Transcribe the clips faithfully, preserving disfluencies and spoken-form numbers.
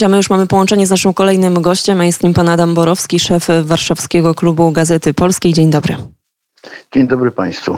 A my już mamy połączenie z naszym kolejnym gościem, a jest nim pan Adam Borowski, szef warszawskiego klubu Gazety Polskiej. Dzień dobry. Dzień dobry państwu.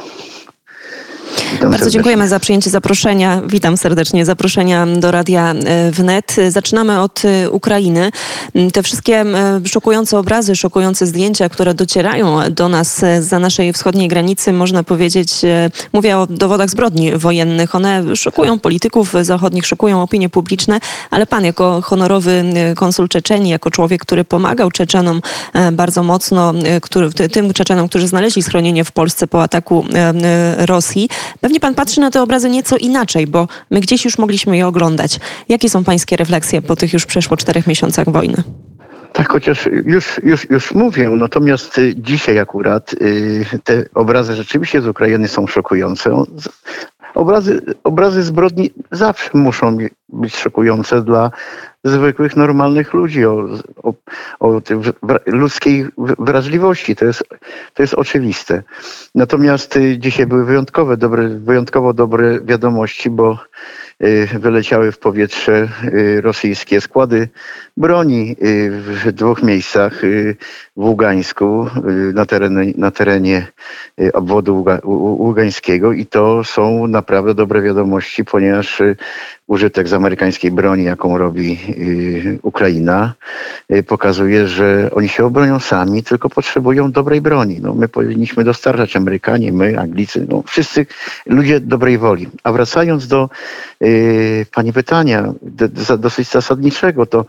Witam Bardzo serdecznie. dziękujemy za przyjęcie zaproszenia. Witam serdecznie. Zaproszenia do Radia Wnet. Zaczynamy od Ukrainy. Te wszystkie szokujące obrazy, szokujące zdjęcia, które docierają do nas za naszej wschodniej granicy, można powiedzieć, mówię o dowodach zbrodni wojennych. One szokują polityków zachodnich, szokują opinię publiczną, ale pan jako honorowy konsul Czeczenii, jako człowiek, który pomagał Czeczenom bardzo mocno, który, tym Czeczenom, którzy znaleźli schronienie w Polsce po ataku Rosji, pewnie pan patrzy na te obrazy nieco inaczej, bo my gdzieś już mogliśmy je oglądać. Jakie są pańskie refleksje po tych już przeszło czterech miesiącach wojny? Tak, chociaż już, już, już mówię, natomiast dzisiaj akurat te obrazy rzeczywiście z Ukrainy są szokujące. Obrazy, obrazy zbrodni zawsze muszą być szokujące dla zwykłych, normalnych ludzi, o, o, o tej ludzkiej wrażliwości. To jest, to jest oczywiste. Natomiast dzisiaj były wyjątkowe, dobre, wyjątkowo dobre wiadomości, bo wyleciały w powietrze rosyjskie składy broni w dwóch miejscach, w Ługańsku, na terenie, na terenie obwodu ługańskiego, i to są naprawdę dobre wiadomości, ponieważ użytek z amerykańskiej broni, jaką robi Ukraina, pokazuje, że oni się obronią sami, tylko potrzebują dobrej broni. No, my powinniśmy dostarczać, Amerykanie, my, Anglicy, no, wszyscy ludzie dobrej woli. A wracając do yy, pani pytania, do, do, dosyć zasadniczego, to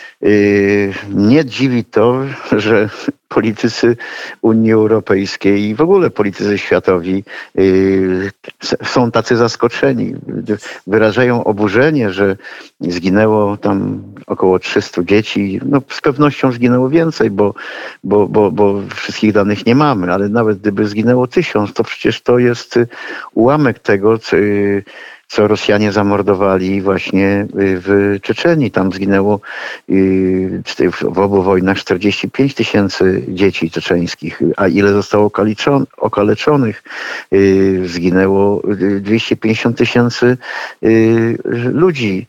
Yy, mnie dziwi to, że politycy Unii Europejskiej i w ogóle politycy światowi yy, są tacy zaskoczeni. Wyrażają oburzenie, że zginęło tam około trzystu dzieci. No, z pewnością zginęło więcej, bo, bo, bo, bo wszystkich danych nie mamy, ale nawet gdyby zginęło tysiąc, to przecież to jest ułamek tego, co, yy, co Rosjanie zamordowali właśnie w Czeczenii. Tam zginęło w obu wojnach czterdzieści pięć tysięcy dzieci czeczeńskich, a ile zostało okaleczonych? Zginęło dwieście pięćdziesiąt tysięcy ludzi.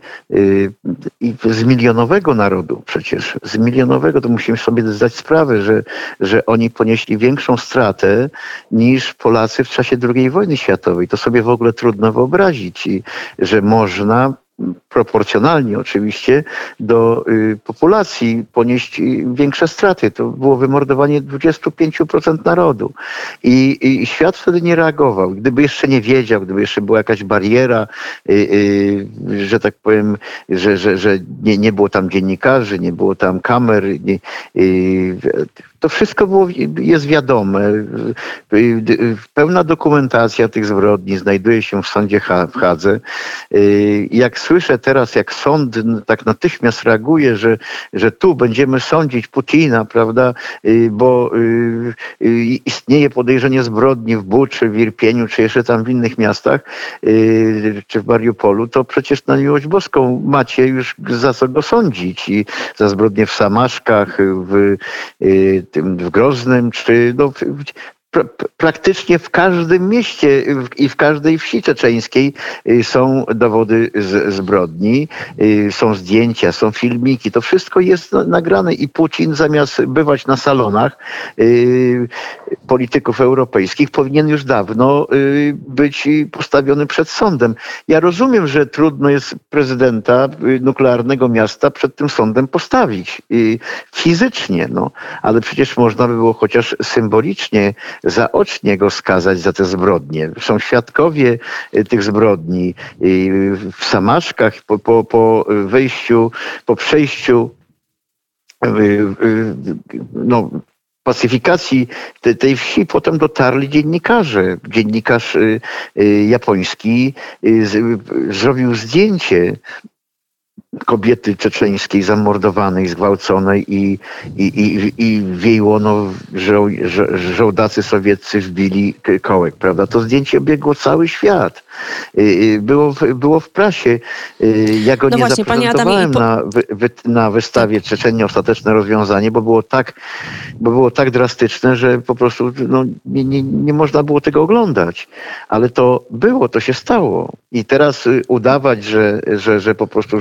I z milionowego narodu przecież, z milionowego, to musimy sobie zdać sprawę, że, że oni ponieśli większą stratę niż Polacy w czasie drugiej wojny światowej. To sobie w ogóle trudno wyobrazić. I że można proporcjonalnie oczywiście do y, populacji ponieść większe straty. To było wymordowanie dwadzieścia pięć procent narodu. I, I świat wtedy nie reagował. Gdyby jeszcze nie wiedział, gdyby jeszcze była jakaś bariera, y, y, że tak powiem, że, że, że nie, nie było tam dziennikarzy, nie było tam kamer, nie, y, to wszystko było, jest wiadome. Pełna dokumentacja tych zbrodni znajduje się w sądzie w Hadze. Jak słyszę teraz, jak sąd tak natychmiast reaguje, że, że tu będziemy sądzić Putina, prawda, bo istnieje podejrzenie zbrodni w Buczy, w Irpieniu, czy jeszcze tam w innych miastach, czy w Mariupolu, to przecież na miłość boską macie już za co go sądzić. I za zbrodnie w Samaszkach, w tym w Groznym, czy no, pra, praktycznie w każdym mieście i w każdej wsi czeczeńskiej są dowody z, zbrodni, są zdjęcia, są filmiki, to wszystko jest nagrane i Putin zamiast bywać na salonach polityków europejskich powinien już dawno być postawiony przed sądem. Ja rozumiem, że trudno jest prezydenta nuklearnego miasta przed tym sądem postawić fizycznie, no, ale przecież można by było chociaż symbolicznie, zaocznie go skazać za te zbrodnie. Są świadkowie tych zbrodni w Samaszkach po, po, po wejściu, po przejściu no, pacyfikacji te, tej wsi potem dotarli dziennikarze. Dziennikarz y, y, japoński y, z, zrobił zdjęcie kobiety czeczeńskiej zamordowanej, zgwałconej i, i, i, i w jej łono żo, żo, żołdacy sowieccy wbili kołek, prawda? To zdjęcie obiegło cały świat. Było, było w prasie. Ja go no nie właśnie, zaprezentowałem po... na, wy, na wystawie tak. Czeczenia Ostateczne Rozwiązanie, bo było tak, bo było tak drastyczne, że po prostu no, nie, nie, nie można było tego oglądać. Ale to było, to się stało. I teraz udawać, że, że, że po prostu, że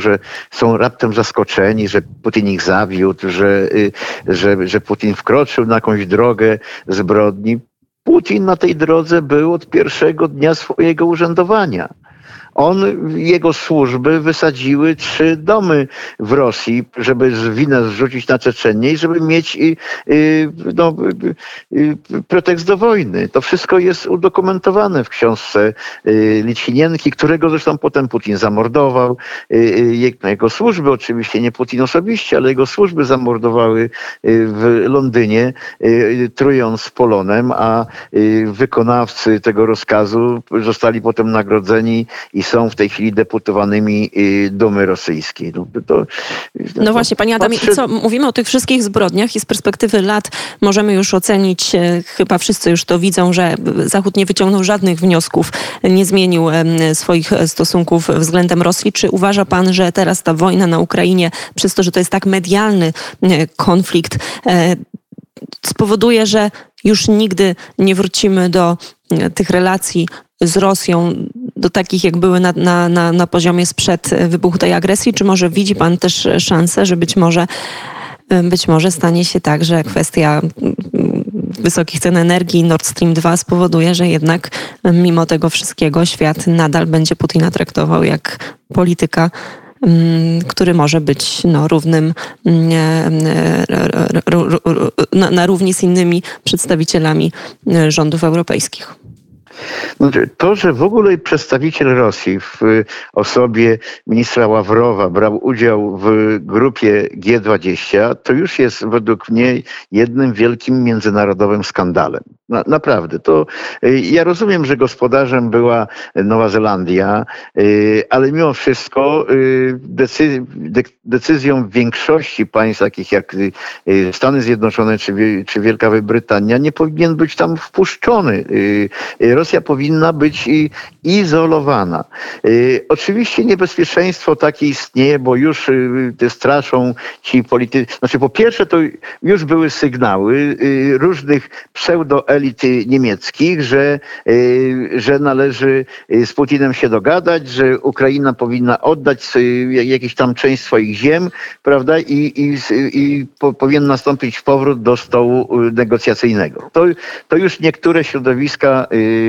są raptem zaskoczeni, że Putin ich zawiódł, że, że, że Putin wkroczył na jakąś drogę zbrodni. Putin na tej drodze był od pierwszego dnia swojego urzędowania. On, jego służby wysadziły trzy domy w Rosji, żeby winę zrzucić na Czeczenię i żeby mieć no, pretekst do wojny. To wszystko jest udokumentowane w książce Litwinienki, którego zresztą potem Putin zamordował. Jego służby, oczywiście nie Putin osobiście, ale jego służby zamordowały w Londynie, trując Polonem, a wykonawcy tego rozkazu zostali potem nagrodzeni i są w tej chwili deputowanymi Dumy rosyjskiej. No, to, no to właśnie, panie Adamie, patrzy... co mówimy o tych wszystkich zbrodniach i z perspektywy lat możemy już ocenić, chyba wszyscy już to widzą, że Zachód nie wyciągnął żadnych wniosków, nie zmienił swoich stosunków względem Rosji. Czy uważa pan, że teraz ta wojna na Ukrainie, przez to, że to jest tak medialny konflikt, spowoduje, że już nigdy nie wrócimy do tych relacji z Rosją, do takich, jak były na, na, na, na poziomie sprzed wybuchu tej agresji? Czy może widzi pan też szansę, że być może, być może stanie się tak, że kwestia wysokich cen energii Nord Stream dwa spowoduje, że jednak mimo tego wszystkiego świat nadal będzie Putina traktował jak polityka, który może być no, równym na, na równi z innymi przedstawicielami rządów europejskich? To, że w ogóle przedstawiciel Rosji w osobie ministra Ławrowa brał udział w grupie G dwadzieścia, to już jest według mnie jednym wielkim międzynarodowym skandalem. Na, naprawdę. To, ja rozumiem, że gospodarzem była Nowa Zelandia, ale mimo wszystko decyzją, decyzją większości państw, takich jak Stany Zjednoczone czy, czy Wielka Brytania, nie powinien być tam wpuszczony. Rosja powinna być izolowana. Oczywiście niebezpieczeństwo takie istnieje, bo już straszą ci politycy. Znaczy, po pierwsze, to już były sygnały różnych pseudoelit niemieckich, że, że należy z Putinem się dogadać, że Ukraina powinna oddać jakieś tam część swoich ziem, prawda, i, i, i po, powinien nastąpić powrót do stołu negocjacyjnego. To, to już niektóre środowiska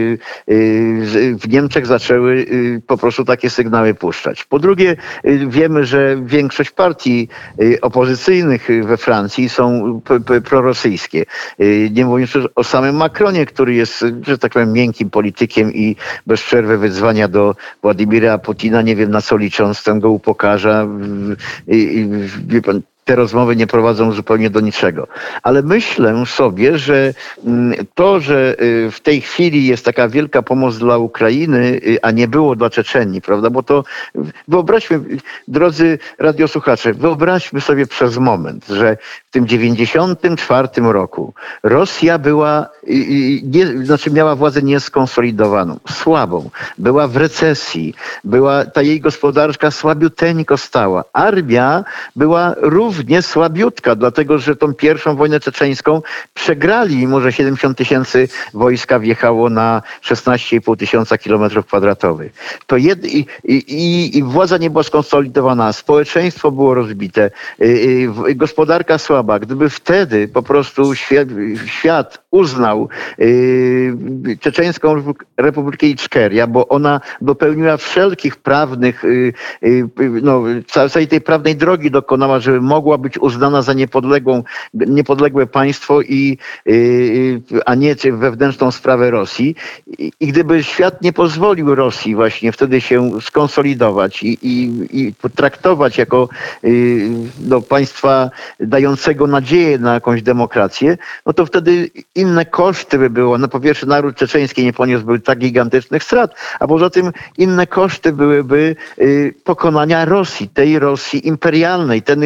w Niemczech zaczęły po prostu takie sygnały puszczać. Po drugie, wiemy, że większość partii opozycyjnych we Francji są prorosyjskie. Nie mówiąc już o samym Macronie, który jest, że tak powiem, miękkim politykiem i bez przerwy wyzwania do Władimira Putina. Nie wiem, na co licząc, ten go upokarza. I, i, wie pan, te rozmowy nie prowadzą zupełnie do niczego. Ale myślę sobie, że to, że w tej chwili jest taka wielka pomoc dla Ukrainy, a nie było dla Czeczenii, prawda? Bo to wyobraźmy, drodzy radiosłuchacze, wyobraźmy sobie przez moment, że w tym dziewięćdziesiątym czwartym roku Rosja była, nie, znaczy miała władzę nieskonsolidowaną, słabą, była w recesji, była ta jej gospodarka słabiuteńko stała. Armia była równie Równie słabiutka, dlatego że tą pierwszą wojnę czeczeńską przegrali, mimo że siedemdziesiąt tysięcy wojska wjechało na szesnaście i pół tysiąca kilometrów kwadratowych. To jed, i, i, i władza nie była skonsolidowana, społeczeństwo było rozbite, i, i, gospodarka słaba. Gdyby wtedy po prostu świat, świat uznał y, Czeczeńską Republikę Iczkeria, bo ona dopełniła wszelkich prawnych, y, y, no, całej tej prawnej drogi dokonała, żeby mogła być uznana za niepodległą, niepodległe państwo, i, y, a nie wewnętrzną sprawę Rosji. I, i gdyby świat nie pozwolił Rosji właśnie wtedy się skonsolidować i, i, i traktować jako y, no, państwa dającego nadzieję na jakąś demokrację, no to wtedy inne koszty by było. No po pierwsze, naród czeczeński nie poniósłby tak gigantycznych strat, a poza tym inne koszty byłyby y, pokonania Rosji, tej Rosji imperialnej, ten, tej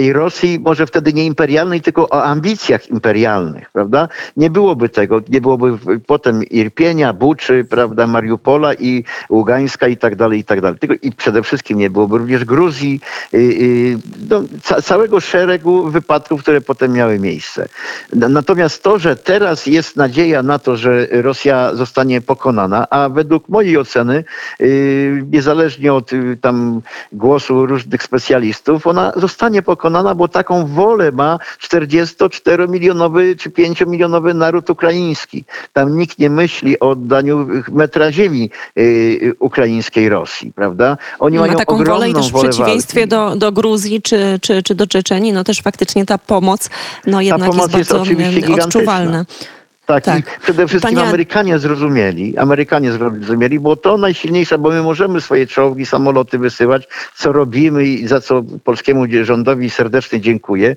tej Rosji, może wtedy nie imperialnej, tylko o ambicjach imperialnych, prawda? Nie byłoby tego, nie byłoby potem Irpienia, Buczy, prawda, Mariupola i Ługańska i tak dalej, i tak dalej. Tylko i przede wszystkim nie byłoby również Gruzji, yy, yy, no, ca całego szeregu wypadków, które potem miały miejsce. Natomiast to, że teraz jest nadzieja na to, że Rosja zostanie pokonana, a według mojej oceny, yy, niezależnie od yy, tam głosu różnych specjalistów, ona zostanie pokonana, bo taką wolę ma czterdziestoczteromilionowy czy pięciomilionowy naród ukraiński. Tam nikt nie myśli o oddaniu metra ziemi yy, ukraińskiej Rosji, prawda? Oni ma mają taką ogromną wolę i też w wolę przeciwieństwie do, do Gruzji czy, czy, czy do Czeczenii, no też faktycznie ta pomoc no jednak ta pomoc jest bardzo jest oczywiście gigantyczna. odczuwalna. Tak, Tak. i przede wszystkim Panie... Amerykanie zrozumieli, Amerykanie zrozumieli, bo to najsilniejsze, bo my możemy swoje czołgi, samoloty wysyłać, co robimy i za co polskiemu rządowi serdecznie dziękuję.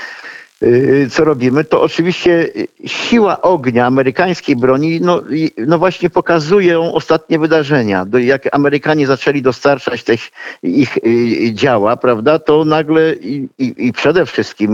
Co robimy, to oczywiście siła ognia amerykańskiej broni, no, no właśnie pokazują ostatnie wydarzenia. Jak Amerykanie zaczęli dostarczać tych ich działa, prawda, to nagle i, i, i przede wszystkim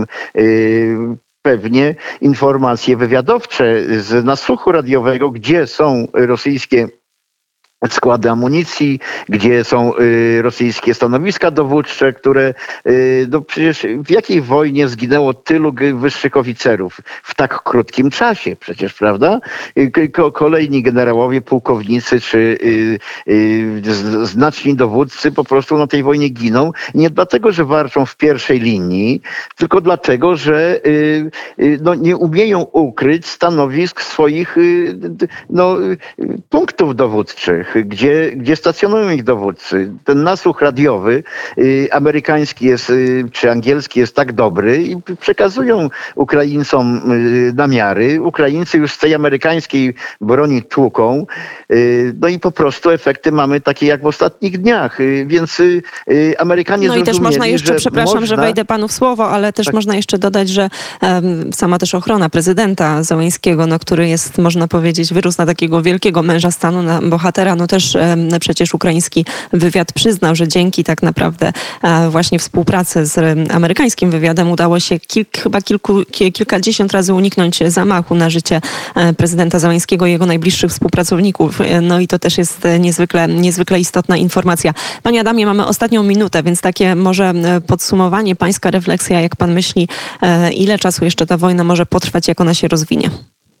pewnie informacje wywiadowcze z nasłuchu radiowego, gdzie są rosyjskie składy amunicji, gdzie są y, rosyjskie stanowiska dowódcze, które y, no przecież w jakiej wojnie zginęło tylu wyższych oficerów w tak krótkim czasie przecież, prawda? Y, ko, kolejni generałowie, pułkownicy czy y, y, znaczni dowódcy po prostu na tej wojnie giną. Nie dlatego, że walczą w pierwszej linii, tylko dlatego, że y, y, no, nie umieją ukryć stanowisk swoich y, no, y, punktów dowódczych. Gdzie, gdzie stacjonują ich dowódcy. Ten nasłuch radiowy y, amerykański jest, y, czy angielski jest tak dobry i przekazują Ukraińcom y, namiary. Ukraińcy już z tej amerykańskiej broni tłuką. Y, no i po prostu efekty mamy takie jak w ostatnich dniach. Y, więc y, Amerykanie No i też można jeszcze, że przepraszam, można... że wejdę panu w słowo, ale też tak. można jeszcze dodać, że um, sama też ochrona prezydenta Zełeńskiego, no, który jest, można powiedzieć, wyrósł na takiego wielkiego męża stanu, na bohatera, no też um, przecież ukraiński wywiad przyznał, że dzięki tak naprawdę um, właśnie współpracy z um, amerykańskim wywiadem udało się kilk, chyba kilku, kilkadziesiąt razy uniknąć zamachu na życie um, prezydenta Zełeńskiego i jego najbliższych współpracowników. No i to też jest niezwykle, niezwykle istotna informacja. Panie Adamie, mamy ostatnią minutę, więc takie może podsumowanie, pańska refleksja, jak pan myśli, ile czasu jeszcze ta wojna może potrwać, jak ona się rozwinie?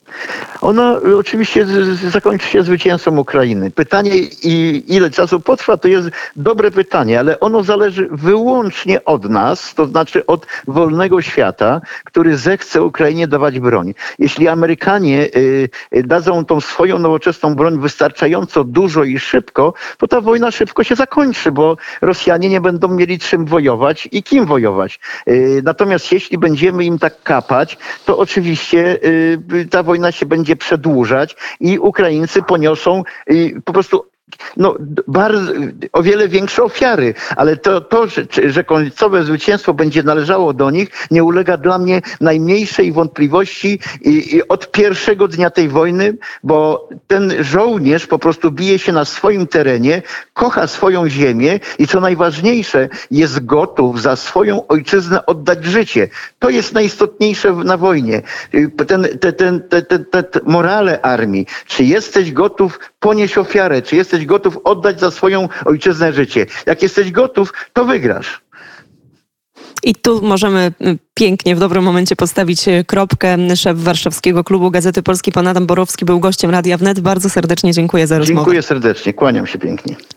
Ona oczywiście zakończy się zwycięstwem Ukrainy. Pytanie, ile czasu potrwa, to jest dobre pytanie, ale ono zależy wyłącznie od nas, to znaczy od wolnego świata, który zechce Ukrainie dawać broń. Jeśli Amerykanie dadzą tą swoją nowoczesną broń wystarczająco dużo i szybko, to ta wojna szybko się zakończy, bo Rosjanie nie będą mieli czym wojować i kim wojować. Natomiast jeśli będziemy im tak kapać, to oczywiście ta wojna się będzie przedłużać i Ukraińcy poniosą po prostu no, bardzo, o wiele większe ofiary, ale to, to że, że końcowe zwycięstwo będzie należało do nich, nie ulega dla mnie najmniejszej wątpliwości i, i od pierwszego dnia tej wojny, bo ten żołnierz po prostu bije się na swoim terenie, kocha swoją ziemię i co najważniejsze, jest gotów za swoją ojczyznę oddać życie. To jest najistotniejsze na wojnie. Ten, ten, ten, ten, ten, ten morale armii. Czy jesteś gotów ponieść ofiarę? Czy jesteś gotów oddać za swoją ojczyznę życie? Jak jesteś gotów, to wygrasz. I tu możemy pięknie w dobrym momencie postawić kropkę. Szef Warszawskiego Klubu Gazety Polskiej, pan Adam Borowski, był gościem Radia Wnet. Bardzo serdecznie dziękuję za rozmowę. Dziękuję serdecznie, kłaniam się pięknie.